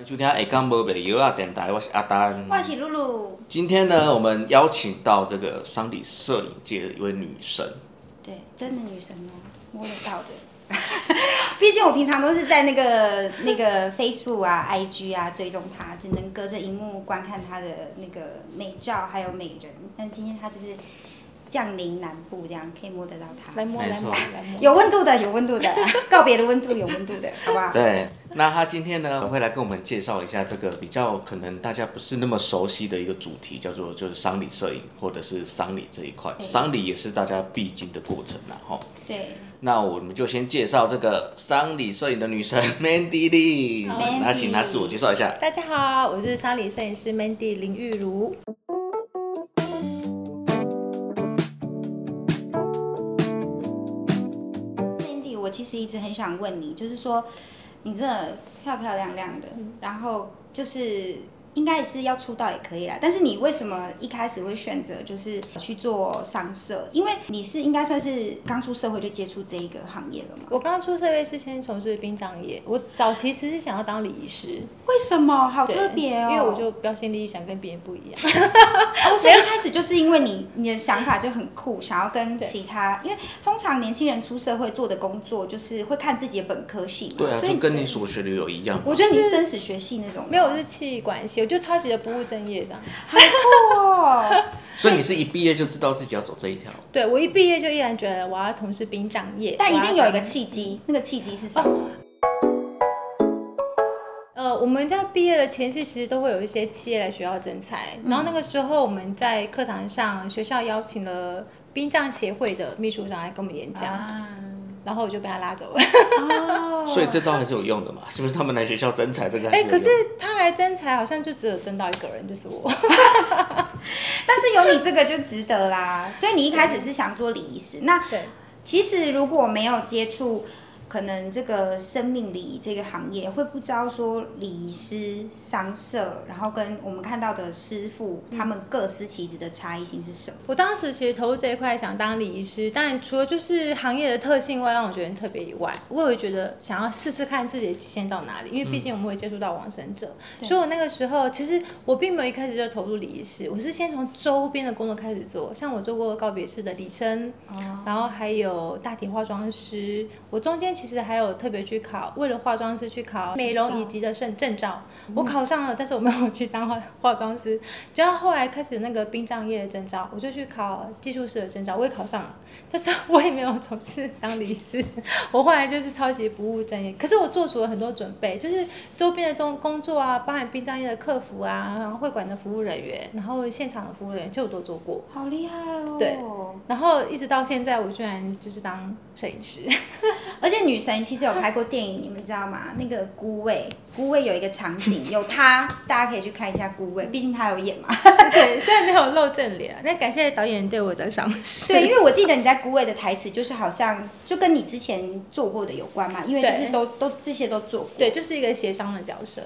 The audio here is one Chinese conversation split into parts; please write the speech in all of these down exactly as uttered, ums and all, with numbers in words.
收听下港无卖药啊电台，我是阿丹， 我是露露。 今天呢，我们邀请到这个丧礼摄影界的一位女神。 对，真的女神哦，摸得到的。毕竟我平常都是在那个那个 Facebook 啊、I G 啊追踪她，只能隔着荧幕观看她的那个美照还有美人。但今天她就是降临南部，这样可以摸得到她。 来摸来摸来摸， 有温度的，有温度的，告别的温度有温度的，好不好？ 对，那她今天呢会来跟我们介绍一下这个比较可能大家不是那么熟悉的一个主题，叫做就是丧礼摄影或者是丧礼这一块。丧礼也是大家必经的过程啦，吼。 对。 那我们就先介绍这个丧礼摄影的女神 Mandy Lee， 那请她自我介绍一下。 大家好，我是丧礼摄影师 Mandy 林玉如。 Mandy， 我其实一直很想问你，就是说你真的漂漂亮亮的，嗯、然后就是应该也是要出道也可以啦，但是你为什么一开始会选择就是去做商摄？因为你是应该算是刚出社会就接触这一个行业了嘛？ 我刚出社会是先从事殡葬业，我早期其实是想要当礼仪师。 为什么？好特别哦！ 因为我就标新立异，想跟别人不一样。 哦，所以一开始就是因为你你的想法就很酷，想要跟其他，因为通常年轻人出社会做的工作就是会看自己的本科系嘛。 对啊， 所以就跟你所学的有一样。 我觉得你是生死学系那种。 没有，我是气管系，我就超级的不务正业这样。 好酷哦！ 所以你是一毕业就知道自己要走这一条？ 对，我一毕业就依然觉得我要从事殡葬业， 但一定有一个契机，那个契机是什么？哦呃，我们在毕业的前夕，其实都会有一些企业来学校征才，然后那个时候我们在课堂上，学校邀请了殡葬协会的秘书长来跟我们演讲。啊，然后我就被他拉走了。 哦， 所以这招还是有用的嘛？是不是他们来学校征才这个还是有用？ 哎，可是他来征才好像就只有征到一个人，就是我。 但是有你这个就值得啦。所以你一开始是想做礼仪师，那对， 其实如果没有接触可能这个生命礼仪这个行业，会不知道说礼仪师、商摄，然后跟我们看到的师傅，他们各司其职的差异性是什么？ 我当时其实投入这一块想当礼仪师，当然除了就是行业的特性外让我觉得特别以外，我也会觉得想要试试看自己的极限到哪里，因为毕竟我们会接触到往生者，嗯、所以我那个时候其实我并没有一开始就投入礼仪师，我是先从周边的工作开始做，像我做过告别式的礼生，哦、然后还有大体化妆师，我中间其实还有特别去考，为了化妆师去考美容以及的证证照，嗯、我考上了，但是我没有去当化化妆师。直到后来开始那个殡葬业的证照，我就去考技术师的证照，我也考上了，但是我也没有从事当礼仪师。我后来就是超级不务正业，可是我做出了很多准备，就是周边的这种工作啊，包含殡葬业的客服啊，然后会馆的服务人员，然后现场的服务人员，就我都做过。 好厉害哦！ 对，然后一直到现在，我居然就是当摄影师， 而且女神。其实有拍过电影，你们知道吗？那个孤味，孤味有一个场景，有她，大家可以去看一下孤味，毕竟她有演嘛。 对，虽然没有露正脸，但感谢导演对我的赏识。 对，因为我记得你在孤味的台词，就是好像就跟你之前做过的有关嘛，因为就是都都这些都做过。 对，就是一个协商的角色。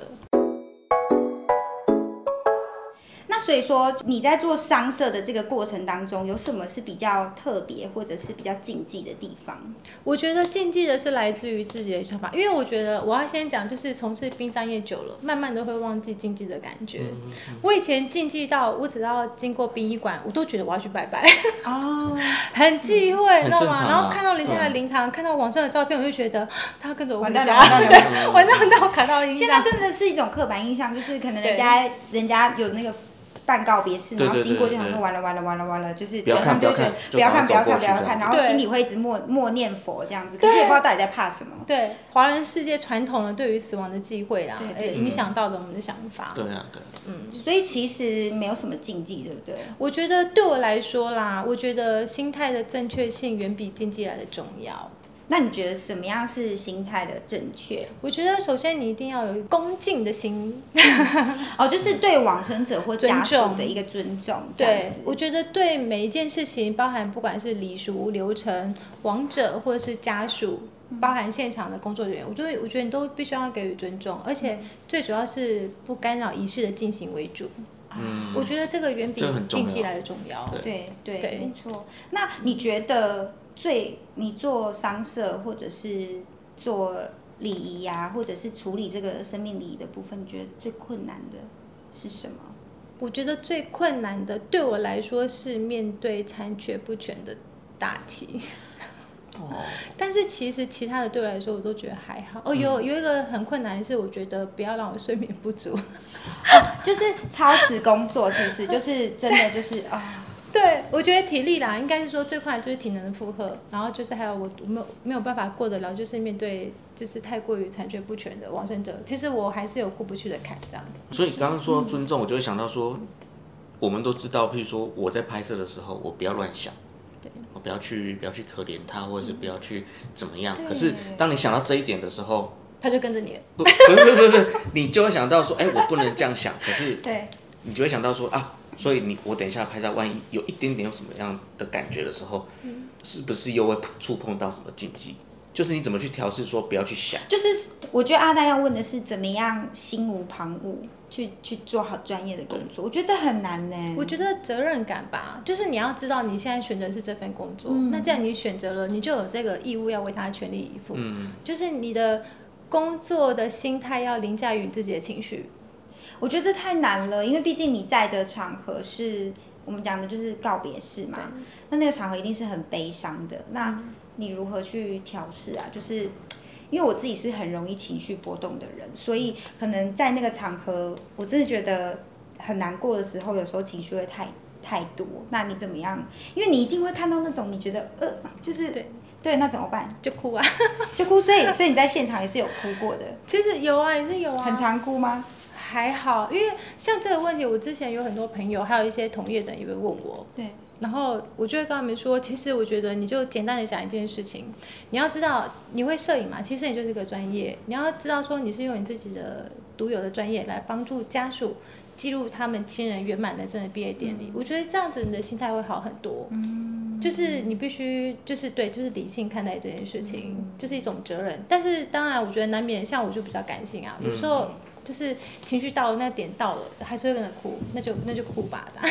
那所以说你在做商摄的这个过程当中，有什么是比较特别或者是比较禁忌的地方？ 我觉得禁忌的是来自于自己的想法，因为我觉得我要先讲，就是从事殡葬业久了，慢慢的会忘记禁忌的感觉。嗯嗯、我以前禁忌到我只要经过殡仪馆，我都觉得我要去拜拜，哦，很忌讳，你知道吗？啊、然后看到人家的灵堂，嗯、看到往生的照片，我就觉得他跟着我回家，对，完蛋完蛋，我卡到阴。 现在真的是一种刻板印象，就是可能人家人家有那个。办告别式，然后经过就想说完了完了完了完了，就是不要看不要看不要看不要看不要看，然后心里会一直默默念佛这样子，可是也不知道到底在怕什么。 对，华人世界传统的对于死亡的忌讳啦，呃，影响到了我们的想法。 对啊，对， 嗯，所以其实没有什么禁忌，对不对？ 我觉得对我来说啦，我觉得心态的正确性远比禁忌来的重要。 那你觉得什么样是心态的正确？ 我觉得首先你一定要有恭敬的心， 哦，就是对往生者或家属的一个尊重。 对，我觉得对每一件事情，包含不管是礼俗流程、亡者或者是家属，包含现场的工作人员，我就我觉得你都必须要给予尊重，而且最主要是不干扰仪式的进行为主。嗯，我觉得这个远比禁忌来的重要。 对对对，没错。那你觉得最你做商摄或者是做礼仪啊，或者是处理这个生命礼仪的部分，你觉得最困难的是什么？ 我觉得最困难的对我来说是面对残缺不全的大题。哦，但是其实其他的对我来说我都觉得还好。哦，有有一个很困难的是，我觉得不要让我睡眠不足。 哦，就是超时工作，是不是？就是真的就是啊。 对，我觉得体力啦，应该是说最快就是体能的负荷，然后就是还有我没有没有办法过得了，就是面对就是太过于残缺不全的往生者，其实我还是有过不去的坎这样的。 所以刚刚说尊重，我就会想到说，我们都知道，譬如说我在拍摄的时候，我不要乱想。我不要去不要去可怜他，或者是不要去怎么样。可是当你想到这一点的时候， 他就跟着你了。 不不不不不，你就会想到说，哎、欸，我不能这样想。可是， 对， 你就会想到说啊，所以你我等一下拍照，万一有一点点有什么样的感觉的时候，嗯、是不是又会触碰到什么禁忌？就是你怎么去调试，说不要去想。 就是我觉得阿丹要问的是，怎么样心无旁骛去去做好专业的工作。我觉得这很难呢。 我觉得责任感吧，就是你要知道你现在选择是这份工作，嗯、那既然你选择了，你就有这个义务要为他全力以赴。嗯，就是你的工作的心态要凌驾于你自己的情绪。 我觉得这太难了，因为毕竟你在的场合是我们讲的就是告别式嘛，那那个场合一定是很悲伤的。那你如何去调试啊？就是因为我自己是很容易情绪波动的人，所以可能在那个场合，我真的觉得很难过的时候，有时候情绪会太太多。那你怎么样？因为你一定会看到那种你觉得呃，就是对对，那怎么办？ 就哭啊， 就哭。所以所以你在现场也是有哭过的。 其实有啊，也是有啊。 很常哭吗？ 还好，因为像这个问题，我之前有很多朋友，还有一些同业的人也会问我。对。然后我就会跟他们说，其实我觉得你就简单的想一件事情，你要知道你会摄影嘛，其实你就是个专业，你要知道说你是用你自己的独有的专业来帮助家属记录他们亲人圆满人生的毕业典礼。嗯、我觉得这样子你的心态会好很多。嗯，就是你必须就是对，就是理性看待这件事情，嗯、就是一种责任。但是当然，我觉得难免像我就比较感性啊，有时候就是情绪到了那点到了，还是会跟着哭，那就那就哭吧的。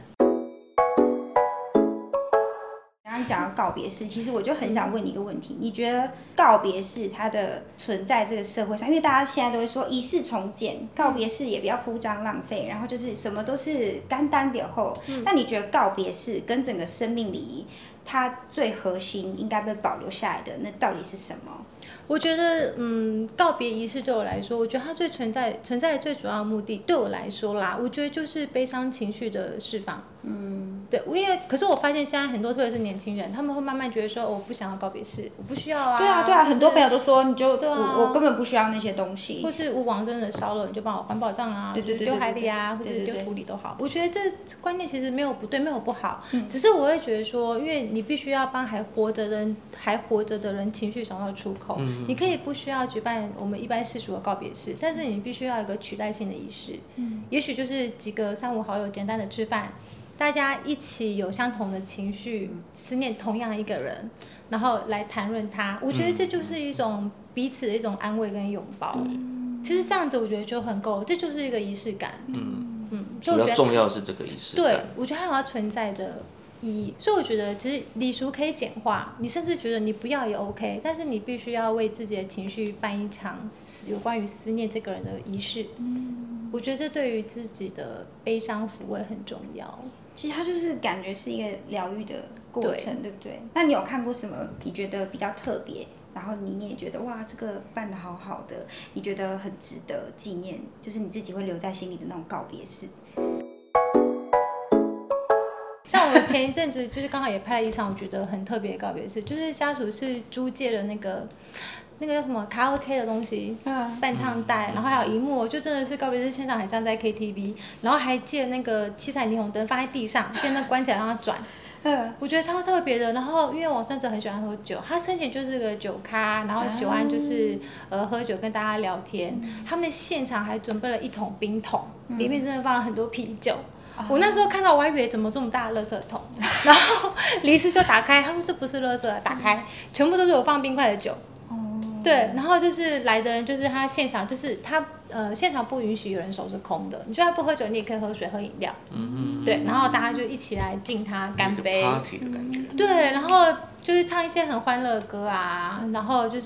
讲到告别式，其实我就很想问你一个问题：你觉得告别式它的存在这个社会上，因为大家现在都会说仪式重建，告别式也不要铺张浪费，然后就是什么都是简单点后。嗯、那你觉得告别式跟整个生命礼仪，它最核心应该被保留下来的，那到底是什么？ 我觉得，嗯，告别仪式对我来说，我觉得它最存在存在的最主要的目的，对我来说啦，我觉得就是悲伤情绪的释放。嗯，对，因为可是我发现现在很多，特别是年轻人，他们会慢慢觉得说，哦、我不想要告别式，我不需要啊。 对啊，对啊，很多朋友都说，你就、啊、我我根本不需要那些东西， 或是我往生的烧了，你就帮我环保葬啊， 对对对， 丢海里啊，或者丢土里都好。我觉得这观念其实没有不对，没有不好，嗯、只是我会觉得说，因为你必须要帮还活着的人，还活着的人情绪找到出口。嗯、你可以不需要举办我们一般世俗的告别式，但是你必须要有一个取代性的仪式。嗯，也许就是几个三五好友简单的吃饭。大家一起有相同的情绪，思念同样一个人，然后来谈论他，我觉得这就是一种彼此的一种安慰跟拥抱。嗯、其实这样子我觉得就很够了，这就是一个仪式感。嗯嗯，主要重要的是这个仪式感。 对，我觉得它有它存在的意义，所以我觉得其实礼俗可以简化，你甚至觉得你不要也 OK， 但是你必须要为自己的情绪办一场有关于思念这个人的仪式。嗯，我觉得这对于自己的悲伤抚慰很重要。 其实它就是感觉是一个疗愈的过程， 对, 对不对？那你有看过什么你觉得比较特别，然后你也觉得哇这个办得好好的，你觉得很值得纪念，就是你自己会留在心里的那种告别式？ 像我前一阵子就是刚好也拍了一场我觉得很特别的告别式，就是家属是租借了那个那个叫什么卡拉 OK 的东西，嗯，伴唱带，然后还有荧幕，就真的是告别式现场还站在 K T V， 然后还借那个七彩霓虹灯放在地上，电灯关起来让它转，嗯，我觉得超特别的。然后因为往生者很喜欢喝酒，他生前就是个酒咖，然后喜欢就是、嗯、呃喝酒跟大家聊天，嗯、他们现场还准备了一桶冰桶，嗯、里面真的放了很多啤酒。我那时候看到我还以为怎么这么大的垃圾桶，然后李医师就打开，他说这不是垃圾，打开全部都是有放冰块的酒。对，然后就是来的人，就是他现场，就是他呃，现场不允许有人手是空的。你就算不喝酒，你也可以喝水、喝饮料。嗯嗯。对，然后大家就一起来敬他，干杯。 party 的感觉。 对，然后就是唱一些很欢乐的歌啊，然后就是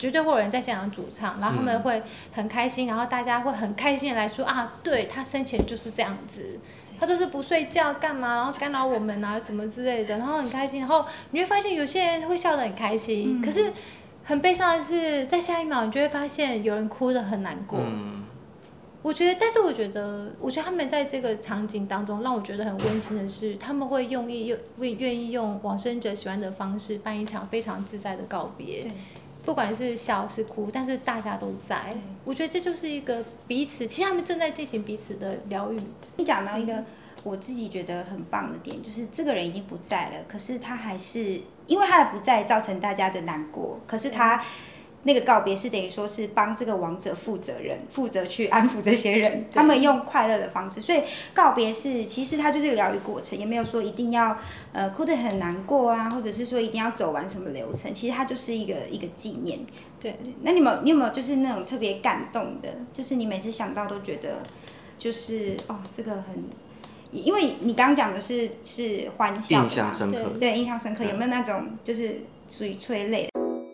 绝对会有人在现场主唱，然后他们会很开心，然后大家会很开心的来说啊，对他生前就是这样子，他都是不睡觉干嘛，然后干扰我们啊什么之类的，然后很开心，然后你会发现有些人会笑得很开心，嗯、可是很悲伤的是，在下一秒你就会发现有人哭得很难过。嗯，我觉得，但是我觉得，我觉得他们在这个场景当中，让我觉得很温馨的是，他们会用意用愿意用往生者喜欢的方式办一场非常自在的告别。不管是笑是哭，但是大家都在。我觉得这就是一个彼此，其实他们正在进行彼此的疗愈。 你讲到一个我自己觉得很棒的点，就是这个人已经不在了，可是他还是因为他的不在造成大家的难过，可是他那个告别是等于说是帮这个亡者负责任，负责去安抚这些人，他们用快乐的方式，所以告别是其实它就是疗愈过程，也没有说一定要呃哭得很难过啊，或者是说一定要走完什么流程，其实它就是一个一个纪念。 对， 那你有没有你有没有就是那种特别感动的，就是你每次想到都觉得就是哦这个很。因为你刚刚讲的是是欢笑的嘛， 印象深刻， 对，印象深刻，有没有那种就是属于催泪的？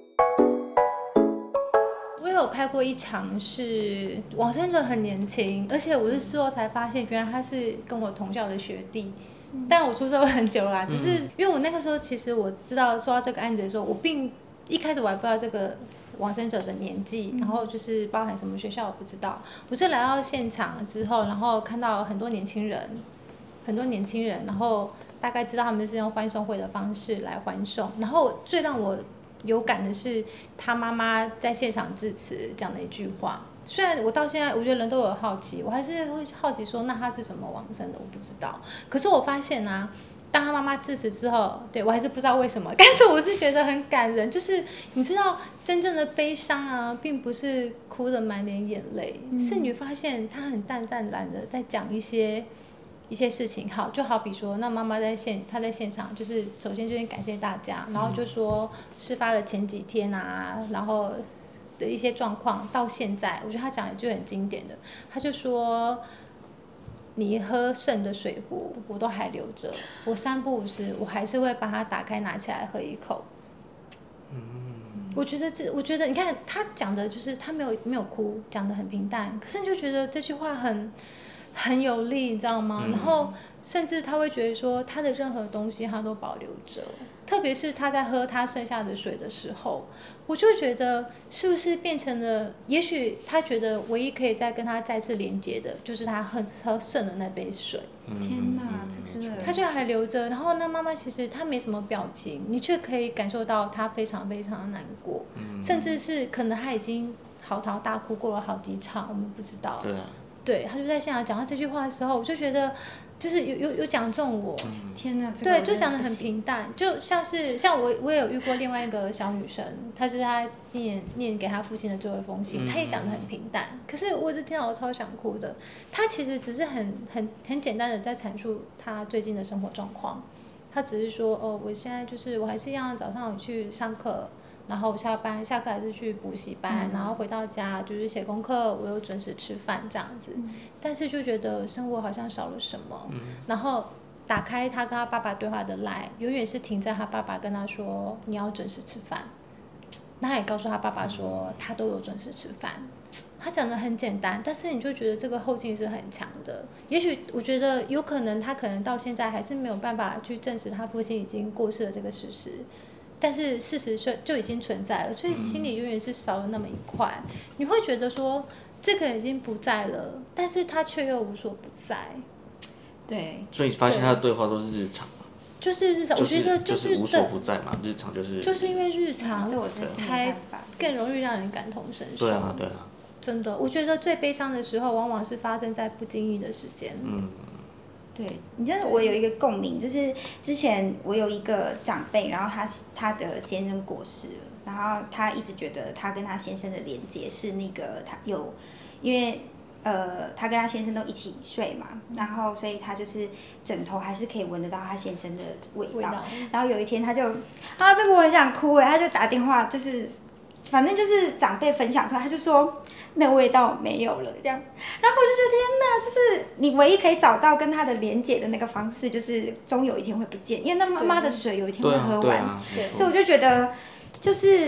我有拍过一场是往生者很年轻，而且我是事后才发现，原来他是跟我同校的学弟。嗯、但我出社会很久啦、啊，只是因为我那个时候其实我知道说到这个案子的时候，我并一开始我还不知道这个往生者的年纪，然后就是包含什么学校我不知道。我是来到现场之后，然后看到很多年轻人。很多年轻人，然后大概知道他们是用欢送会的方式来欢送，然后最让我有感的是他妈妈在现场致辞讲的一句话。虽然我到现在我觉得人都有好奇，我还是会好奇说那他是什么往生的，我不知道。可是我发现啊，当他妈妈致辞之后，对我还是不知道为什么，但是我是觉得很感人，就是你知道真正的悲伤啊，并不是哭得满脸眼泪，嗯、是你发现他很淡淡然的在讲一些。一些事情，好，就好比说，那妈妈在现，她在现场，就是首先就是感谢大家，然后就说事发的前几天啊，然后的一些状况到现在，我觉得他讲一句很经典的，他就说，你喝剩的水壶我都还留着，我三不五时我还是会把它打开拿起来喝一口。嗯，我觉得这，我觉得你看他讲的就是他没有没有哭，讲得很平淡，可是你就觉得这句话很。很有力，你知道吗？嗯、然后甚至他会觉得说，他的任何东西他都保留着，特别是他在喝他剩下的水的时候，我就觉得是不是变成了？也许他觉得唯一可以再跟他再次连接的，就是他喝喝剩的那杯水。 嗯、天哪，这真的， 他居然还留着。然后那妈妈其实她没什么表情，你却可以感受到她非常非常的难过，嗯、甚至是可能他已经嚎啕大哭过了好几场，我们不知道。 对啊。 对，他就在现场讲到这句话的时候，我就觉得，就是有有有讲中我。 嗯、天哪！ 对，就讲得很平淡，就像是像我我也有遇过另外一个小女生，她就是她念念给她父亲的最后一封信，她、嗯、也讲得很平淡。可是我一直听到我超想哭的。她其实只是很很很简单的在阐述她最近的生活状况。她只是说，哦，我现在就是我还是一样早上去上课。然后下班下课还是去补习班，嗯、然后回到家就是写功课，我又准时吃饭这样子，嗯、但是就觉得生活好像少了什么。嗯、然后打开他跟他爸爸对话的 line， 永远是停在他爸爸跟他说你要准时吃饭，那他也告诉他爸爸说他都有准时吃饭。他讲的很简单，但是你就觉得这个后劲是很强的。也许我觉得有可能他可能到现在还是没有办法去证实他父亲已经过世了这个事实。但是事实上就已经存在了，所以心里永远是少了那么一块。嗯、你会觉得说这个已经不在了，但是他却又无所不在。 对， 所以你发现他的对话都是日常嘛？ 就是日常，就是、我觉得就是、就是无所不在嘛，日常就是就是因为日常才更容易让人感同身受。 对啊，对啊。 真的，我觉得最悲伤的时候，往往是发生在不经意的时间。 嗯。对，你知道我有一个共鸣，就是之前我有一个长辈，然后他他的先生过世了，然后他一直觉得他跟他先生的连结是那个他有，因为呃他跟他先生都一起睡嘛，然后所以他就是枕头还是可以闻得到他先生的味道，味道然后有一天他就啊这个我很想哭哎，他就打电话就是反正就是长辈分享出来，他就说。那味道没有了，这样，然后我就觉得天哪，就是你唯一可以找到跟他的连结的那个方式，就是终有一天会不见，因为那妈妈的水有一天会喝完， 对啊对啊、 所以我就觉得，就是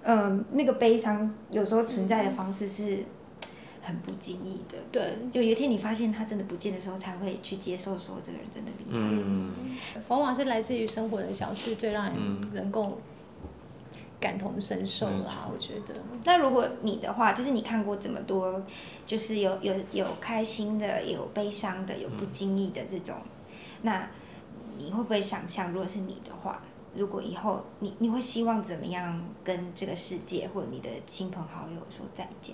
嗯，那个悲伤有时候存在的方式是很不经意的。 对， 就有一天你发现他真的不见的时候，才会去接受说这个人真的离开。 嗯， 往往是来自于生活的小事，最让人能够感同身受啦。 嗯、 我觉得。 那如果你的话，就是你看过这么多，就是有有有开心的，有悲伤的，有不经意的这种，嗯、那你会不会想象，如果是你的话？如果以后你你会希望怎么样跟这个世界或者你的亲朋好友说再见？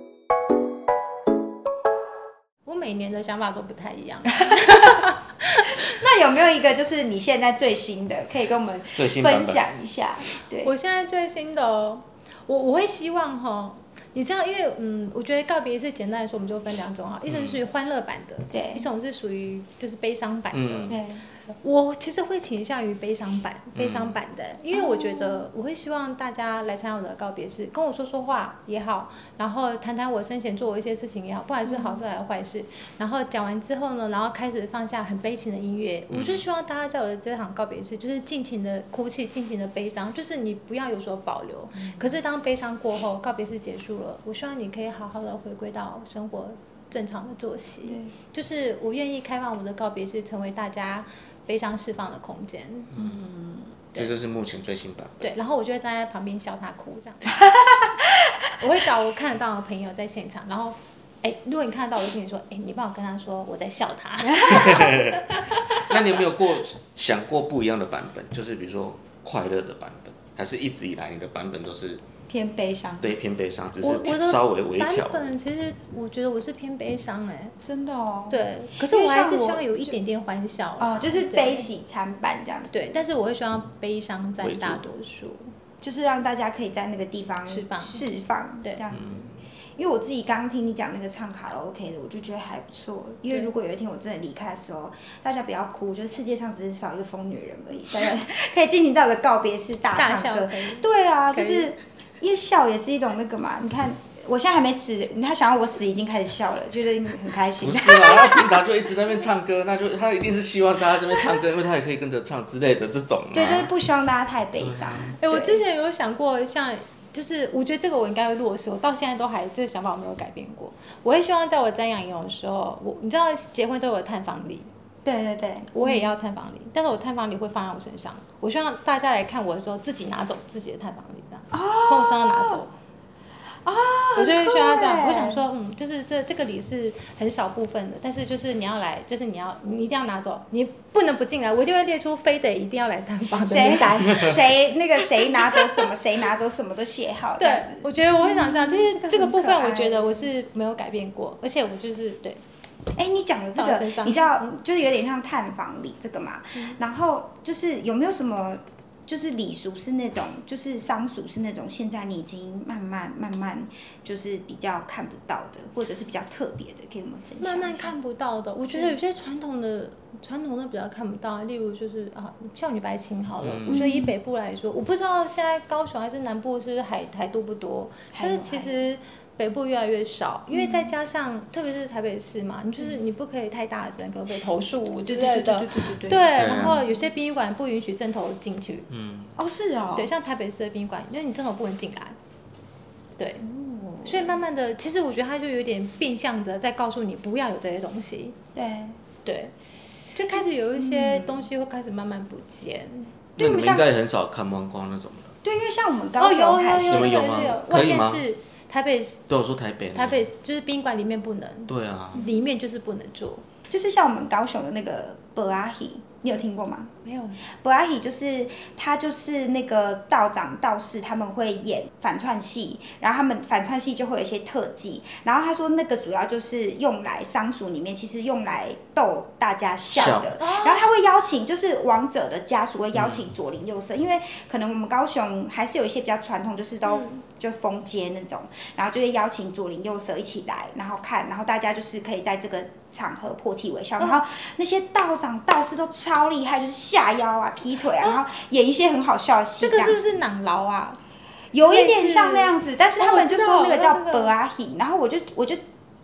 我每年的想法都不太一样。 那有没有一个就是你现在最新的，可以跟我们分享一下？对， 我现在最新的、哦，我我会希望哈，你知道，因为嗯，我觉得告别式简单来说，我们就分两种哈，一种是属于欢乐版的， 对， 一种是属于就是悲伤版的， 对。 我其实会倾向于悲伤版，悲伤版的，因为我觉得我会希望大家来参加我的告别式，跟我说说话也好，然后谈谈我生前做过一些事情也好，不管是好事还是坏事，然后讲完之后呢，然后开始放下很悲情的音乐，我就希望大家在我的这场告别式，就是尽情的哭泣，尽情的悲伤，就是你不要有所保留。可是当悲伤过后，告别式结束了，我希望你可以好好的回归到生活正常的作息，就是我愿意开放我的告别式，成为大家悲伤释放的空间。 嗯，这就是目前最新版本。 对，然后我就会站在旁边笑他哭这样。我会找我看得到的朋友在现场，然后，哎，如果你看得到，我就跟你说，哎，你帮我跟他说我在笑他。 那你有没有过想过不一样的版本？就是比如说快乐的版本，还是一直以来你的版本都是？ 偏悲伤， 对，偏悲伤，只是稍微微调。 版本其实我觉得我是偏悲伤哎、欸， 真的哦。 对，可是我还是希望有一点点欢笑哦，就是悲喜参半这样子。 对，但是我会希望悲伤占大多数， 就是让大家可以在那个地方释放释放，对，这样子。嗯、因为我自己刚刚听你讲那个唱卡拉 OK 的，我就觉得还不错。因为如果有一天我真的离开的时候，大家不要哭，就是世界上只是少一个疯女人而已，大家可以尽情在我的告别式大唱歌。对啊，就是。因为笑也是一种那个嘛，你看我现在还没死，他想要我死已经开始笑了，觉得很开心。 不是啊，他平常就一直在那边唱歌，那就他一定是希望大家这边唱歌，因为他也可以跟着唱之类的这种、啊。 对，就是不希望大家太悲伤。 哎、欸，我之前有想过，像就是我觉得这个我应该会落实，我到现在都还这个想法我没有改变过。我会希望在我瞻仰遗容的时候，我你知道结婚都有探访礼。 对对对， 我也要探访礼，嗯、但是我探访礼会放在我身上。我希望大家来看我的时候，自己拿走自己的探访礼，这样从、哦、我身上拿走。 啊、哦， 我就会需要这样。我想说，嗯，就是这这个礼是很少部分的，但是就是你要来，就是你要你一定要拿走，你不能不进来。我一定会列出非得一定要来探访的名单。 谁那个谁拿走什么，谁拿走什么都写好。 对，我觉得我会想这样，就是这个部分，我觉得我是没有改变过，而且我就是对。 哎，你讲的这个，你知道，就是有点像探访礼这个嘛。嗯、然后就是有没有什么，就是礼俗是那种，就是丧俗是那种，现在你已经慢慢慢慢就是比较看不到的，或者是比较特别的，给我们分享。 慢慢看不到的，我觉得有些传统的传统的比较看不到，例如就是啊，少女白情好了。嗯、我觉得以北部来说，我不知道现在高雄还是南部是海海多不多，但是其实。北部越来越少，因为再加上，嗯、特别是台北市嘛，你就是你不可以太大声，可能被投诉之类的。对对对对对。对，然后有些殡仪馆不允许正头进去。嗯。 哦，是哦。 对，像台北市的殡仪馆，因为你正头不能进来。对。哦。所以慢慢的，其实我觉得它就有点变相的在告诉你不要有这些东西。 对。 对。就开始有一些东西会开始慢慢不见。 嗯、那你们应该很少看光光那种的。 对，因为像我们高雄还是有有有有，可以吗？ 台北对我说台北， 台北就是宾馆里面不能， 对啊， 里面就是不能做， 就是像我们高雄的那个伯阿喜，你有听过吗？ 没有。 伯阿喜就是他就是那个道长道士他们会演反串戏，然后他们反串戏就会有一些特技，然后他说那个主要就是用来丧俗里面，其实用来逗大家笑的，笑然后他会邀请就是亡者的家属会邀请左邻右舍，嗯、因为可能我们高雄还是有一些比较传统，就是都、嗯、就封街那种，然后就会邀请左邻右舍一起来，然后看，然后大家就是可以在这个场合破涕为笑，嗯、然后那些道长道士都超厉害，就是下腰啊、劈腿啊，嗯、然后演一些很好笑的戏。 这个是不是囊劳啊？ 有一点像那样子，但是他们就说那个叫伯阿喜，然后我就我就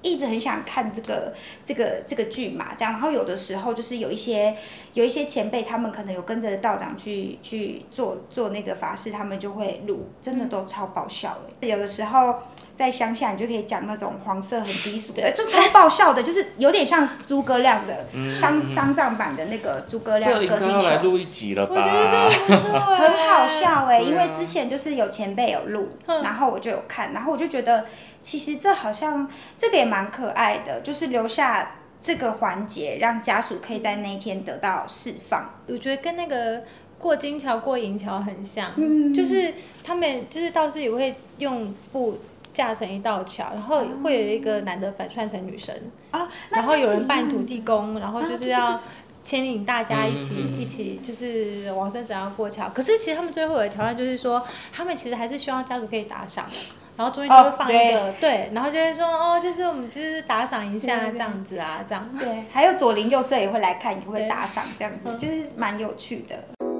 一直很想看这个这个这个剧嘛，这样，然后有的时候就是有一些有一些前辈，他们可能有跟着道长去去做做那个法事，他们就会录，真的都超爆笑的。有的时候在乡下，你就可以讲那种黄色很低俗的，就超爆笑的，就是有点像诸葛亮的丧丧葬版的那个诸葛亮歌厅秀。 这应该要来录一集了吧？ 我觉得这个不错哎， 很好笑哎、欸， 啊、 因为之前就是有前辈有录，然后我就有看，然后我就觉得其实这好像这个也蛮可爱的，就是留下这个环节，让家属可以在那一天得到释放。 我觉得跟那个过金桥、过银桥很像， 嗯， 就是他们就是道士也会用布架成一道桥，然后会有一个男的反串成女生， 啊， 然后有人扮土地公，然后就是要。 啊牵引大家一起、嗯、一起，就是往生者要过桥。可是其实他们最后的桥段就是说，他们其实还是希望家属可以打赏，然后中间就会放一个、哦、对, 对，然后就会说哦，就是我们就是打赏一下这样子啊，这样。 对，还有左邻右舍也会来看，也会打赏这样子，就是蛮有趣的。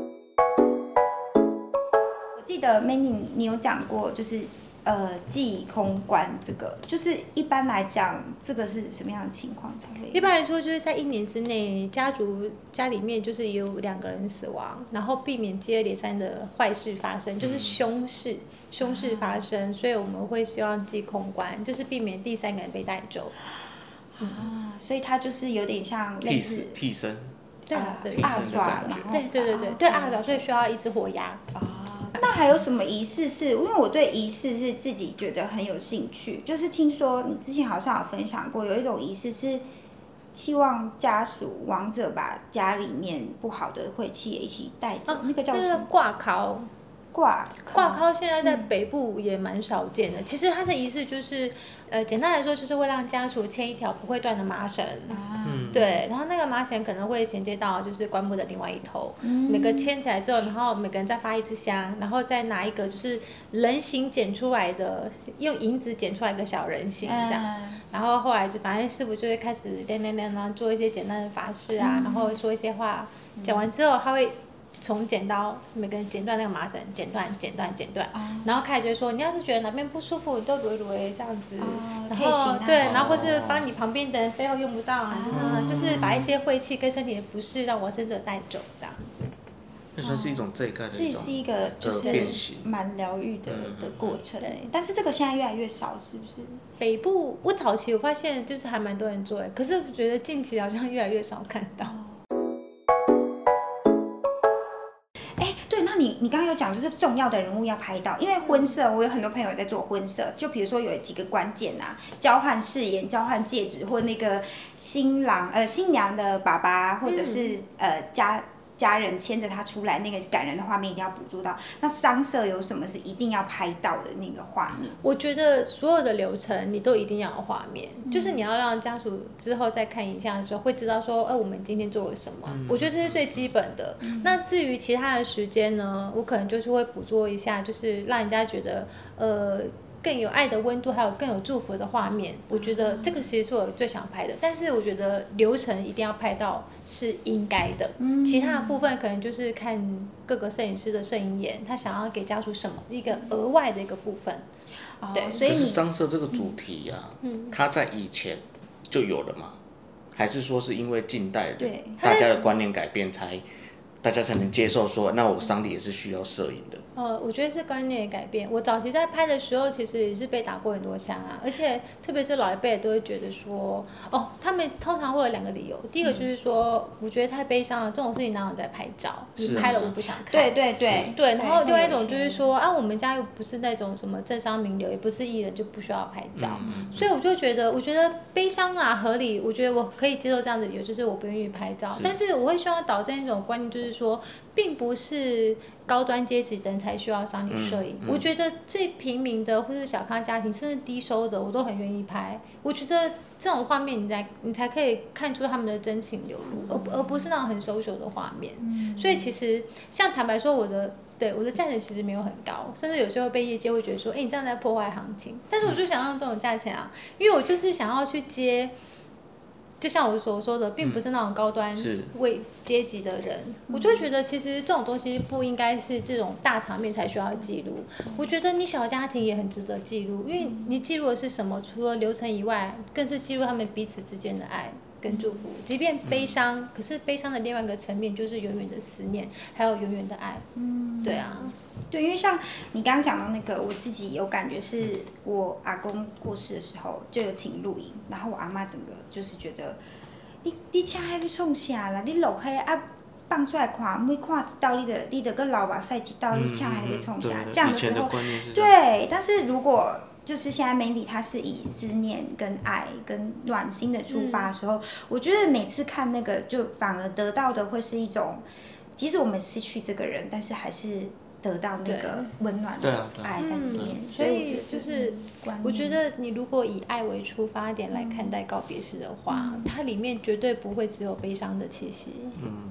我记得 Manny 你有讲过，就是呃祭空棺这个，就是一般来讲，这个是什么样的情况才会？ 一般来说，就是在一年之内，家族家里面就是有两个人死亡，然后避免接二连三的坏事发生，就是凶事，凶事发生，所以我们会希望祭空棺，就是避免第三个人被带走。 嗯、啊，所以它就是有点像类似替身， 对啊，对， 阿刷， 对对对对对阿刷，所以需要一只火鸭。 那还有什么仪式是？因为我对仪式是自己觉得很有兴趣，就是听说你之前好像有分享过，有一种仪式是希望家属亡者把家里面不好的晦气也一起带走，哦、那个叫什么？ 挂考。 挂挂靠现在在北部也蛮少见的、嗯。其实它的仪式就是，呃，简单来说就是会让家属牵一条不会断的麻绳，啊、对，然后那个麻绳可能会衔接到就是棺木的另外一头，嗯、每个牵起来之后，然后每个人再发一支香，然后再拿一个就是人形剪出来的，用银子剪出来的小人形这样，嗯、然后后来就反正师傅就会开始练练练，然后做一些简单的法事啊，嗯、然后说一些话，讲完之后他会。从剪刀每个人剪断那个麻绳，剪断、剪断、剪断， oh. 然后开始就说，你要是觉得哪边不舒服，你都捋捋这样子， oh, 然后、 啊、 对，然后或是帮你旁边的人背后用不到啊， oh. 就是把一些晦气跟身体的不适让往生者带走这样子。 那算是一种这一概的一种， 这是一个就是蛮疗愈的、嗯、的过程，对。但是这个现在越来越少，是不是？ 北部我早期我发现就是还蛮多人做，可是我觉得近期好像越来越少看到。Oh. 你你刚刚有讲，就是重要的人物要拍到，因为婚摄，我有很多朋友在做婚摄，就比如说有几个关键啊，交换誓言、交换戒指，或那个新郎呃新娘的爸爸，或者是、嗯、呃家家人牵着他出来，那个感人的画面一定要捕捉到。那丧摄有什么是一定要拍到的那个画面？ 我觉得所有的流程你都一定要有画面、嗯，就是你要让家属之后再看影像的时候会知道说，呃，我们今天做了什么。嗯、我觉得这是最基本的。嗯、那至于其他的时间呢，我可能就是会捕捉一下，就是让人家觉得，呃。更有爱的温度，还有更有祝福的画面，我觉得这个其实是我最想拍的。但是我觉得流程一定要拍到是应该的，嗯、其他的部分可能就是看各个摄影师的摄影眼，他想要给家属什么一个额外的一个部分。 哦、 对， 所以可是丧摄这个主题呀、啊，嗯，它在以前就有了吗？还是说是因为近代人大家的观念改变才？大家才能接受说，那我丧礼也是需要摄影的。 呃，我觉得是观念的改变。我早期在拍的时候，其实也是被打过很多枪啊，而且特别是老一辈都会觉得说，哦，他们通常会有两个理由，第一个就是说，嗯、我觉得太悲伤了，这种事情哪有在拍照？你拍了我不想看。 对对对对。然后另外一种就是说，啊，我们家又不是那种什么政商名流，也不是艺人，就不需要拍照。嗯、所以我就觉得，我觉得悲伤啊合理，我觉得我可以接受这样的理由，就是我不愿意拍照。但是我会希望导正一种观念，就是说，并不是高端阶级的人才需要丧礼摄影、嗯嗯。我觉得最平民的或是小康家庭，甚至低收的，我都很愿意拍。我觉得这种画面，你才你才可以看出他们的真情流露，而而不是那种很social的画面。嗯、所以其实像坦白说，我的对我的价钱其实没有很高，甚至有时候被业界会觉得说，哎、欸，你这样在破坏行情。但是我就想用这种价钱啊，因为我就是想要去接。 就像我所说的，并不是那种高端位阶级的人，嗯、我就觉得其实这种东西不应该是这种大场面才需要记录。嗯、我觉得你小家庭也很值得记录，因为你记录的是什么？除了流程以外，更是记录他们彼此之间的爱跟祝福。即便悲伤，嗯、可是悲伤的另外一个层面就是永远的思念，还有永远的爱。嗯，对啊。 对，因为像你刚刚讲到那个，我自己有感觉，是我阿公过世的时候就有请录影，然后我阿妈整个就是觉得，你你请迄你创啥啦？你录迄啊放出来看，每看一道你的你的个老目屎一道，你请迄你创啥？这样的时候，对，但是如果就是现在 Mandy 她是以思念跟爱跟暖心的出发的时候，嗯、我觉得每次看那个，就反而得到的会是一种，即使我们失去这个人，但是还是得到那个温暖的爱在里面。 嗯、所以就是，我觉得你如果以爱为出发点来看待告别式的话，嗯、它里面绝对不会只有悲伤的气息。嗯。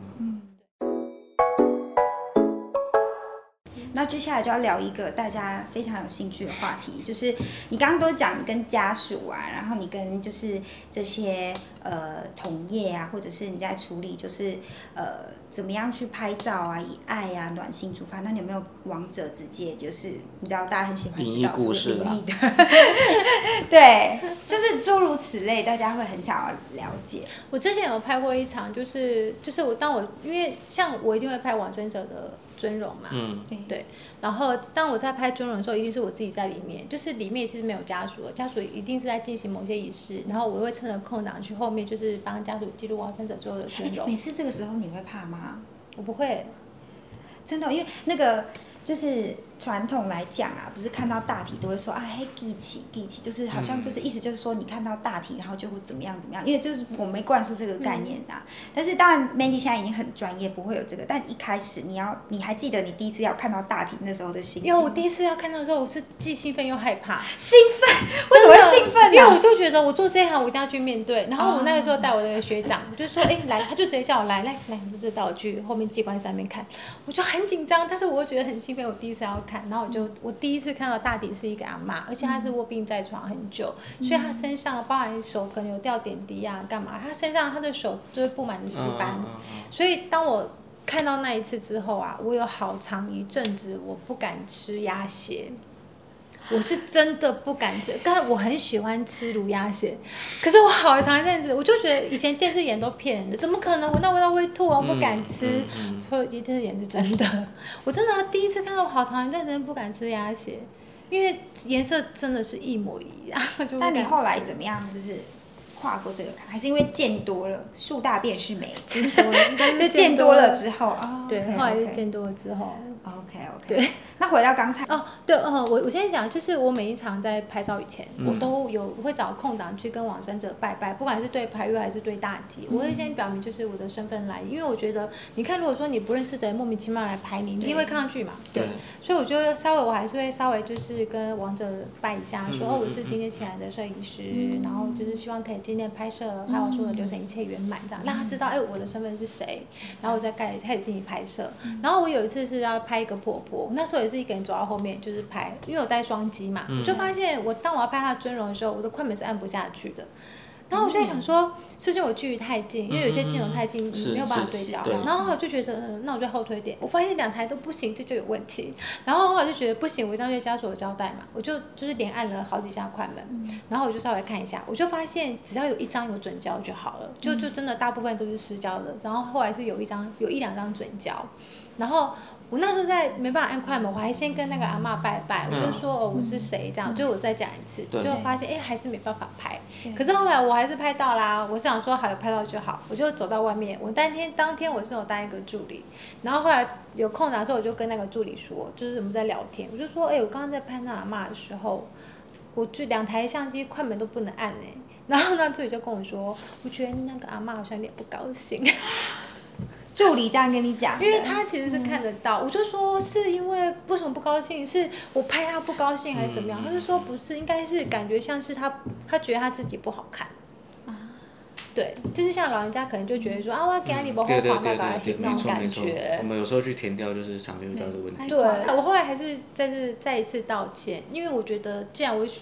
那接下来就要聊一个大家非常有兴趣的话题，就是你刚刚都讲跟家属啊，然后你跟就是这些呃同业啊，或者是你在处理就是呃怎么样去拍照啊，以爱啊暖心出发。那你有没有王者直接就是你知道大家很喜欢知道故事灵异的，对，就是诸如此类，大家会很想要了解。 我之前有拍过一场，就是就是我当我因为像我一定会拍往生者的尊荣嘛，嗯，对。然后当我在拍尊荣的时候，一定是我自己在里面，就是里面其实没有家属的，家属一定是在进行某些仪式，然后我会趁着空档去后面，就是帮家属记录往生者最后的尊荣。 每次这个时候你会怕吗？ 我不会， 真的，因为那个就是传统来讲啊，不是看到大体都会说啊，嘿，记起记起，就是好像就是意思就是说你看到大体，然后就会怎么样怎么样，因为就是我没灌输这个概念啊。嗯、但是当然 ，Mandy 现在已经很专业，不会有这个。但一开始你要，你还记得你第一次要看到大体那时候的心情？ 因为我第一次要看到的时候，我是既兴奋又害怕。 兴奋？为什么会兴奋、啊？ 因为我就觉得我做这一行，我一定要去面对。然后我那个时候带我的学长，我就说，哎、欸，来，他就直接叫我来，来，来，我就知道我去后面机关上面看，我就很紧张，但是我又觉得很兴奋，我第一次要看，然后我就我。第一次看到大体是一个阿嬷，而且她是卧病在床很久，嗯、所以她身上包含手可能有掉点滴啊，干嘛？她身上她的手就会布满着尸斑，嗯嗯嗯、所以当我看到那一次之后啊，我有好长一阵子我不敢吃鸭血。我是真的不敢吃，刚才我很喜欢吃卤鸭血，可是我好长一阵子，我就觉得以前电视演都骗人的，怎么可能？我那味道会吐啊，我不敢吃。所以电视演是真的，我真的第一次看到，我好长一段时间不敢吃鸭血，因为颜色真的是一模一样。 那你后来怎么样？就是跨过这个坎，还是因为见多了，树大便是美， 见多了， 就见多了之后啊， 对，后来是见多了之后。 OK OK， 对， 那回到刚才哦，对，嗯，我我现在讲就是我每一场在拍照以前，嗯、我都有我会找空档去跟往生者拜拜，不管是对牌月还是对大体，嗯、我会先表明就是我的身份来，因为我觉得你看，如果说你不认识的人莫名其妙来拍你，你一定会抗拒嘛，对，对所以我就稍微我还是会稍微就是跟往者拜一下，说、嗯、哦我是今天请来的摄影师，嗯、然后就是希望可以今天拍摄拍我说的流程一切圆满这样，让他知道哎我的身份是谁，然后我再开开始进行拍摄，然后我有一次是要拍一个婆婆，那时候也是一个人走到后面就是拍，因为我带双机嘛，嗯、我就发现我当我要拍她的尊容的时候，我的快门是按不下去的。然后我就在想说，是不是我距离太近？因为有些镜头太近，你没有办法对焦。然后我就觉得，嗯，那我就后推点。我发现两台都不行，这就有问题。然后后来就觉得不行，我一定要对家属有交代嘛，我就就是连按了好几下快门，嗯、然后我就稍微看一下，我就发现只要有一张有准焦就好了，就就真的大部分都是失焦的。然后后来是有一张有一两张准焦，然后。我那时候在没办法按快门，我还先跟那个阿嬷拜拜，我就说哦我是谁这样，就我再讲一次，就发现哎还是没办法拍。可是后来我还是拍到啦，我想说好有拍到就好，我就走到外面。我当天当天我是有带一个助理，然后后来有空档的时候我就跟那个助理说，就是我们在聊天，我就说哎我刚刚在拍那阿嬷的时候，我就两台相机快门都不能按哎、欸，然后那助理就跟我说，我觉得那个阿嬷好像有点不高兴。 助理这样跟你讲， 因为他其实是看得到，嗯、我就说是因为为什么不高兴，是我拍他不高兴还是怎么样？嗯、他就说不是，应该是感觉像是他他觉得他自己不好看。啊、对，就是像老人家可能就觉得说、嗯、啊，我给你不好看，那个那种感觉。 我们有时候去填掉，就是常遇到这个问题。 对，我后来还是再次再一次道歉，因为我觉得既然我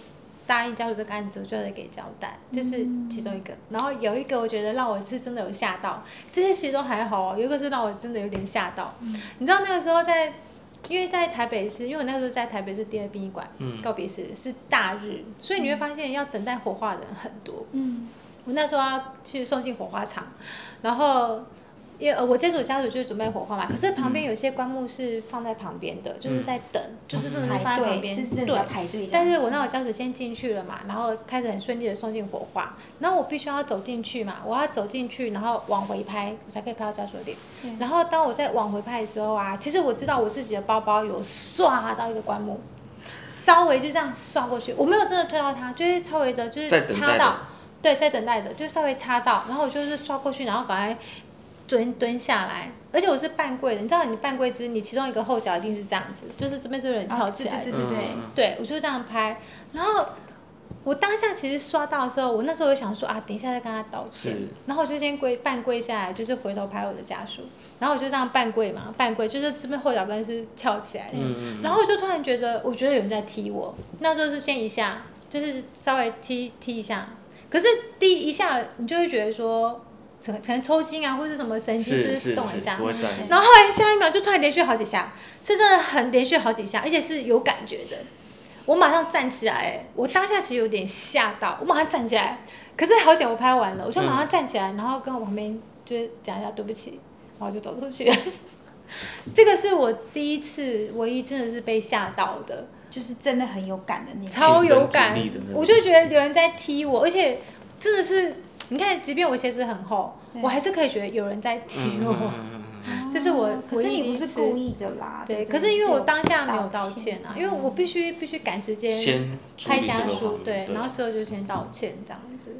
答应家属这个案子，我就得给交代，这是其中一个。然后有一个我觉得让我是真的有吓到，这些其实都还好哦，有一个是让我真的有点吓到。嗯、你知道那个时候在，因为在台北市，因为我那个时候在台北市第二殡仪馆、嗯、告别式是大日，所以你会发现要等待火化的人很多。嗯，我那时候要去送进火化场，然后。因为我这组家属就是准备火化嘛，可是旁边有些棺木是放在旁边的，嗯、就是在等，嗯、就是真的是放在旁边， 对，要排队。 但是我那我家属先进去了嘛，然后开始很顺利的送进火化，然后我必须要走进去嘛，我要走进去，然后往回拍，我才可以拍到家属的脸。然后当我在往回拍的时候啊，其实我知道我自己的包包有刷到一个棺木，稍微就这样刷过去，我没有真的推到它，就是稍微的，就是擦到，对，在等待的，就稍微擦到，然后我就是刷过去，然后赶快。蹲蹲下来，而且我是半跪的，你知道你半跪姿，你其中一个后脚一定是这样子，就是这边是有人翘起来的， 对对对对， 对我就这样拍，然后我当下其实刷到的时候，我那时候就想说啊，等一下再跟他道歉，然后我就先跪半跪下来，就是回头拍我的家属，然后我就这样半跪嘛，半跪就是这边后脚跟是翘起来的，嗯、然后我就突然觉得，我觉得有人在踢我，那时候是先一下，就是稍微踢踢一下，可是第一下你就会觉得说。可能抽筋啊，或是什么神经就是动一下，然后后来下一秒就突然连续好几下，是真的很连续好几下，而且是有感觉的。我马上站起来，我当下其实有点吓到，我马上站起来，可是好险我拍完了，我就马上站起来，然后跟我旁边就是讲一下对不起，然后就走出去了。这个是我第一次唯一真的是被吓到的， 就是真的很有感的那种， 超有感，我就觉得有人在踢我，而且真的是。你看，即便我鞋子很厚，我还是可以觉得有人在踢我。嗯嗯嗯、这是我可是你不是故意的啦。 对，可是因为我当下没有道歉啊，因为我必须必须赶时间拍家属，对，然后事后就先道歉这样子。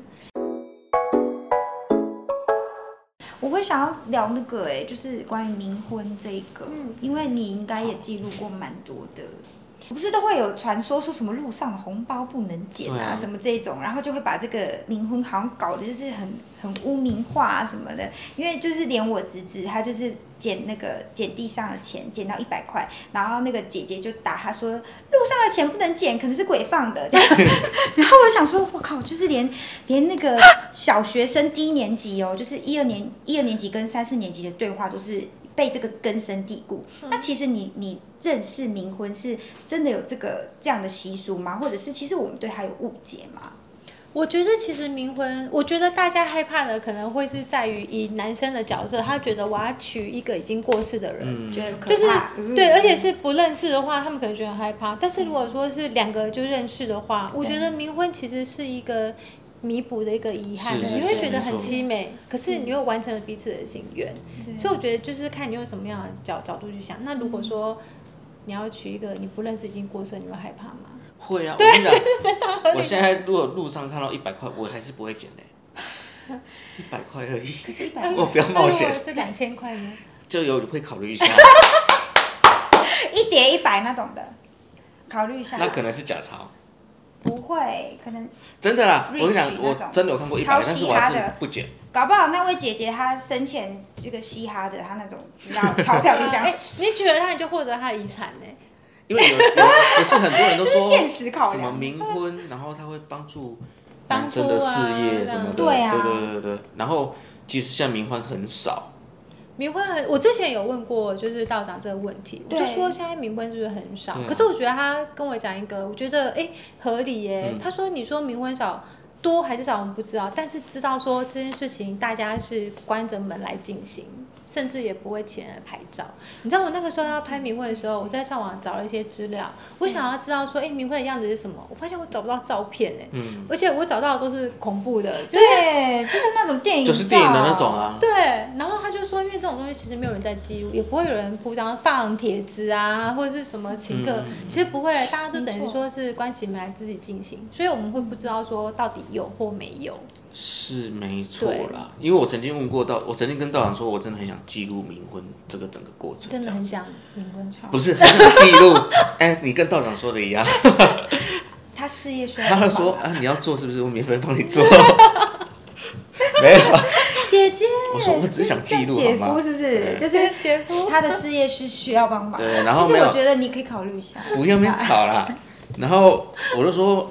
我会想要聊那个哎、欸，就是关于冥婚这一个，嗯、因为你应该也记录过蛮多的。不是都会有传说说什么路上的红包不能捡啊，啊什么这种，然后就会把这个冥婚好像搞得就是很很污名化啊什么的。因为就是连我侄子他就是捡那个捡地上的钱，捡到一百块，然后那个姐姐就打他说路上的钱不能捡，可能是鬼放的。然后我想说，我靠，就是连连那个小学生低年级哦，就是一二年一二年级跟三四年级的对话都是。被这个根深蒂固，嗯、那其实你你认识冥婚是真的有这个这样的习俗吗？或者是其实我们对它有误解吗？ 我觉得其实冥婚，我觉得大家害怕的可能会是在于以男生的角色，他觉得我要娶一个已经过世的人， 嗯、觉得可怕， 就是嗯、对，而且是不认识的话，他们可能觉得很害怕。但是如果说是两个就认识的话，我觉得冥婚其实是一个。弥补的一个遗憾，你会觉得很凄美，可是你又完成了彼此的心愿，所以我觉得就是看你用什么样的角角度去想。那如果说你要娶一个你不认识已经过世，你会害怕吗？ 会啊， 对， 我跟你讲， 非常合理。 我现在如果路上看到一百块，我还是不会捡嘞，一百块而已。 可是一百块， 我不要冒险。 如果是两千块呢？ 就有会考虑一下， 一叠一百那种的，考虑一下。 那可能是假钞。 不会，可能真的啦。我跟你讲，我真的有看过一百，但是我还是不捡。 搞不好那位姐姐她生前这个嘻哈的，她那种你知道钞票就这样。 欸、你娶了她，你就获得她的遗产呢、欸。 因为有有不是很多人都说现实考量什么冥婚，然后他会帮助男生的事业什么的， 对啊， 对对对对。然后其实现在冥婚很少。 冥婚很，我之前有问过，就是道长这个问题，我就说现在冥婚是不是很少？可是我觉得他跟我讲一个，我觉得哎、欸、合理耶、嗯。他说你说冥婚少多还是少我们不知道，但是知道说这件事情大家是关着门来进行，甚至也不会请人拍照。你知道我那个时候要拍冥婚的时候，我在上网找了一些资料，我想要知道说哎冥婚的样子是什么，我发现我找不到照片哎、嗯，而且我找到的都是恐怖的，就是、 对，就是那种电影， 就是电影的那种啊。 对，然后他就说，因为这种东西其实没有人在记录，也不会有人铺张放帖子啊，或者是什么请客、嗯，其实不会，大家都等于说是关起门来自己进行，所以我们会不知道说到底有或没有。 是没错啦，因为我曾经问过道，我曾经跟道长说，我真的很想记录冥婚这个整个过程， 真的很想冥婚潮， 不是很想记录，哎、欸，你跟道长说的一样， 他事业需要， 他说啊，你要做是不是？我免费帮你做，没有， 姐姐， 我说我只是想记录， 姐夫是不是？就是姐夫，他的事业是需要帮忙， 对，然后其实我觉得你可以考虑一下， 不要面吵啦，然后我就说。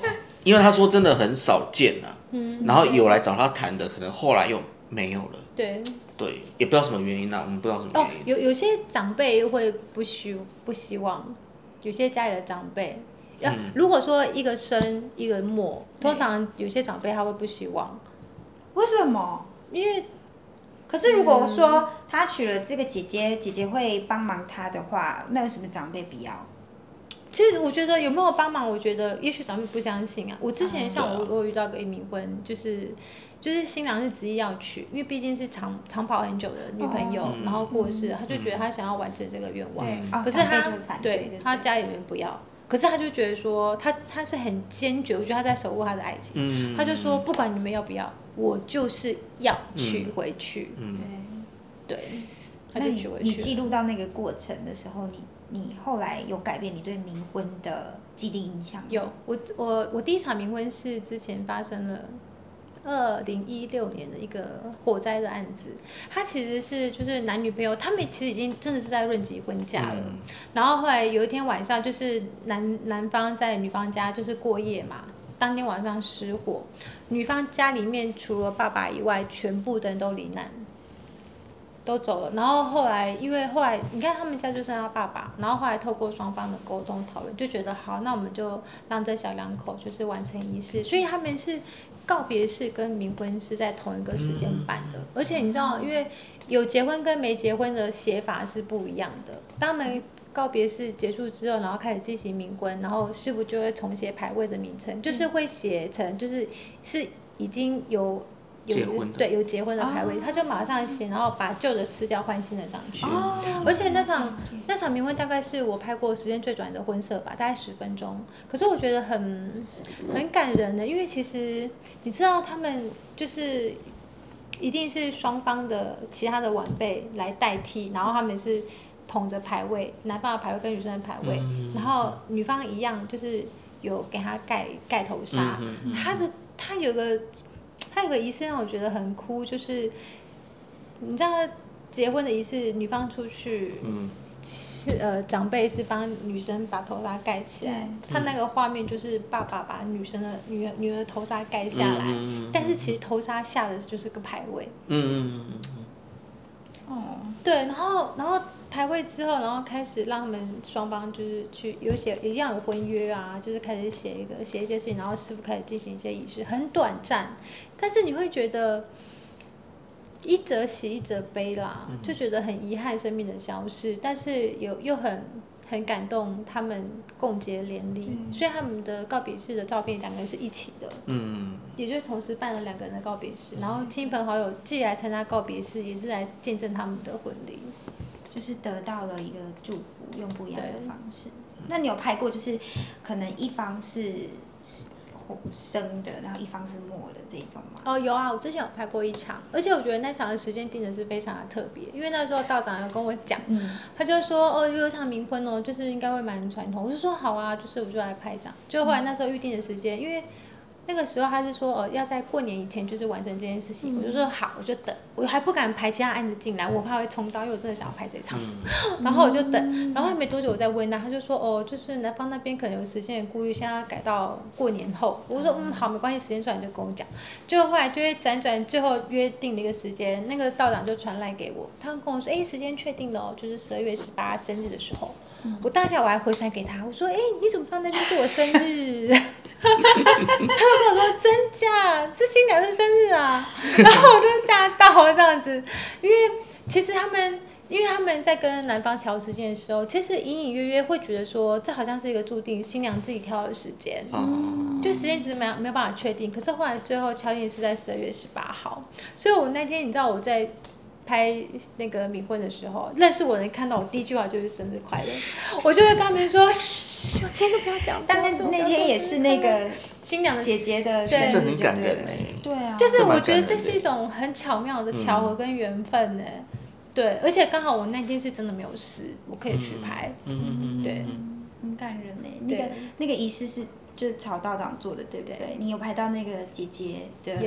因为他说真的很少见啊， 嗯， 然后有来找他谈的，可能后来又没有了。 对对，也不知道什么原因啊，我们不知道什么哦原因。， 有有些长辈会不希不希望，有些家里的长辈。要、 嗯如果说一个生一个末，通常有些长辈他会不希望， 为什么？ 因为可是如果说他娶了这个姐姐，姐姐会帮忙他的话，那为什么长辈不要？ 其实我觉得有没有帮忙，我觉得也许长辈不相信啊。我之前像我， 对啊我有遇到个冥婚，就是就是新娘是执意要娶，因为毕竟是长长跑很久的女朋友， 哦然后过世了，他就觉得他想要完成这个愿望， 对，哦可是他长辈就会反对对他家里人不要。可是他就觉得说，他他是很坚决，我觉得他在守护他的爱情。 嗯他就说，不管你们要不要，我就是要娶回去。 嗯， 对，他那你就娶回去了。 你记录到那个过程的时候，你你后来有改变你对冥婚的既定印象吗？ 有，我我我第一场冥婚是之前发生了。二零一六年的一个火灾的案子，他其实是就是男女朋友，他们其实已经真的是在论及婚嫁了。 嗯然后后来有一天晚上，就是男男方在女方家就是过夜嘛，当天晚上失火，女方家里面除了爸爸以外，全部的人都罹难。都走了，然后后来，因为后来你看他们家就剩他爸爸，然后后来透过双方的沟通讨论，就觉得好，那我们就让这小两口就是完成仪式，所以他们是告别式跟冥婚是在同一个时间办的，而且你知道，因为有结婚跟没结婚的写法是不一样的，当他们告别式结束之后，然后开始进行冥婚，然后师傅就会重写牌位的名称，就是会写成就是是已经有。有结婚的对有结婚的牌位， 哦他就马上写，然后把旧的撕掉，换新的上去。 哦， 而且那场那场冥婚大概是我拍过时间最短的婚摄吧，大概十分钟。可是我觉得很很感人的，因为其实你知道他们就是一定是双方的其他的晚辈来代替，然后他们是捧着牌位，男方的牌位跟女生的牌位， 嗯然后女方一样就是有给他盖盖头纱， 嗯嗯嗯他的他有个。他有个仪式让我觉得很酷，就是你知道结婚的仪式，女方出去， 嗯， 是呃长辈是帮女生把头纱盖起来，他那个画面就是爸爸把女生的女儿女儿的头纱盖下来， 嗯嗯嗯嗯但是其实头纱下的就是个牌位， 嗯嗯嗯哦， 对，然后然后排位之后，然后开始让他们双方就是去有写一样有婚约啊，就是开始写一个写一些事情，然后师傅开始进行一些仪式，很短暂，但是你会觉得一则喜一则悲啦，就觉得很遗憾生命的消逝，但是有又很很感动，他们共结连理，所以他们的告别式的照片两个人是一起的， 嗯， 也就是同时办了两个人的告别式，然后亲朋好友既来参加告别式，也是来见证他们的婚礼。 就是得到了一个祝福，用不一样的方式。那你有拍过，就是可能一方是生的，然后一方是末的这种吗？ 哦，有啊，我之前有拍过一场，而且我觉得那场的时间定的是非常的特别，因为那时候道长有跟我讲， 嗯， 他就说哦，有一场冥婚哦，就是应该会蛮传统，我就说好啊，就是我就来拍一场，就后来那时候预定的时间，因为。那个时候他是说，哦，要在过年以前就是完成这件事情， 嗯、 我就说好，我就等，我还不敢排其他案子进来，我怕会冲到，因为我真的想要拍这场， 嗯、 然后我就等，然后没多久我再问他，他就说，哦，就是男方那边可能有时间的顾虑，现在要改到过年后，我说嗯好，没关系，时间出来你就跟我讲，就后来就会辗转，最后约定了一个时间，那个道长就传来给我，他跟我说，哎，时间确定了哦，就是十二月十八生日的时候，嗯、我当下我还回传给他，我说，哎，你怎么知道那天是我生日？他就跟我说真假是新娘的生日啊，然后我就吓到这样子，因为其实他们因为他们在跟男方调时间的时候，其实隐隐约约会觉得说这好像是一个注定新娘自己挑的时间，嗯、就时间只是没有没有办法确定，可是后来最后敲定是在十二月十八号，所以我那天你知道我在拍那个冥婚的时候，认识我的人看到我第一句话就是生日快乐，我就会跟他们说，嘘，千万不要讲。 但那那天也是那个新娘的姐姐的生日， 这很感人哎。 对啊， 就是我觉得这是一种很巧妙的巧合跟缘分呢。嗯、对，而且刚好我那天是真的没有事，我可以去拍。嗯嗯嗯，对， 很感人呢。那个那个仪式是。就是曹道长做的，对不对？对，你有拍到那个姐姐的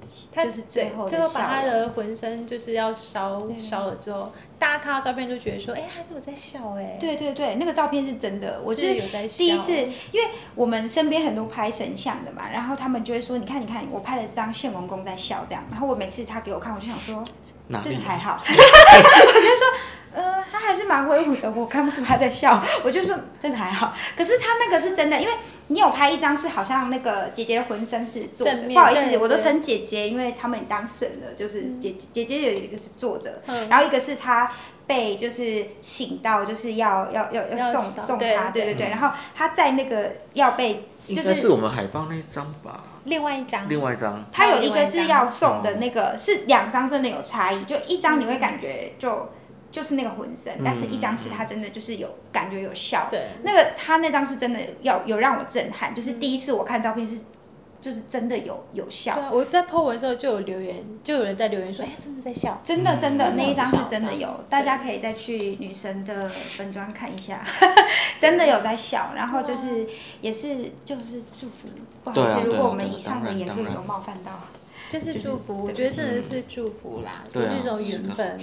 就是最后的最后把他笑容。 的浑身就是要烧烧了之后，大家看到照片就觉得说，哎、他是有在笑哎、 对对对，那个照片是真的，我是有在笑第一次，因为我们身边很多拍神像的嘛，然后他们就会说，你看你看，我拍了张献文公在笑这样，然后我每次他给我看，我就想说，这个还好，我就说。呃，他还是蛮威武的，我看不出他在笑，我就说真的还好。可是他那个是真的，因为你有拍一张是好像那个姐姐的浑身是坐着，不好意思，我都称姐姐，因为他们当神了，就是姐姐姐有一个是坐着，嗯、然后一个是他被就是请到就是要要要要送送他，对对对，然后他在那个要被就是应该是我们海报那一张吧。 另外一张， 另外一张， 他有一个是要送的那个，是两张真的有差异，就一张你会感觉就。就是那个浑身，但是一张是他真的就是有感觉有笑， 对， 那个他那张是真的要有让我震撼，就是第一次我看照片是，就是真的有有笑。 对啊，我在 po 文的时候就有留言，就有人在留言说，哎、欸，真的在笑， 真的真的、嗯、那一张是真的有，大家可以再去女神的粉专看一下，真的有在笑，然后就是也是就是祝福，不好意思，如果我们以上的言论有冒犯到， 就是祝福，我觉得真的是祝福啦，就是一种缘分。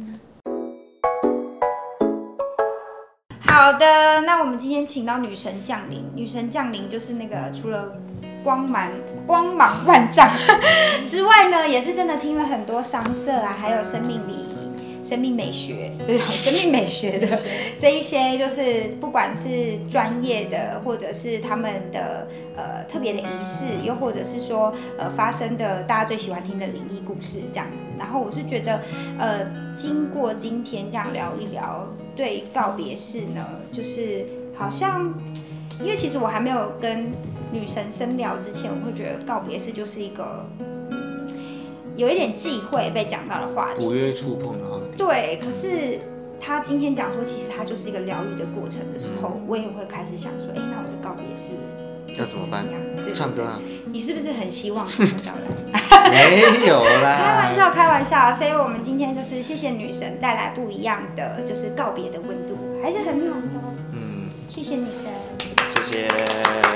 好的，那我们今天请到女神降临，女神降临就是那个除了光芒光芒万丈之外呢，也是真的听了很多商社啊，还有生命礼仪、生命美学这种生命美学的这一些，就是不管是专业的，或者是他们的呃特别的仪式，又或者是说呃发生的大家最喜欢听的灵异故事这样子。然后我是觉得，呃，经过今天这样聊一聊，对告别式呢，就是好像，因为其实我还没有跟女神深聊之前，我会觉得告别式就是一个，嗯，有一点忌讳被讲到的话题， 不愿意触碰的话题。 对，可是他今天讲说，其实它就是一个疗愈的过程的时候，嗯、我也会开始想说，哎，那我的告别式要怎么办？唱歌啊？ 你是不是很希望他们到来？ 没有啦， 开玩笑，开玩笑。所以我们今天就是谢谢女神带来不一样的，就是告别的温度，还是很暖的哦。嗯，谢谢女神， 谢谢。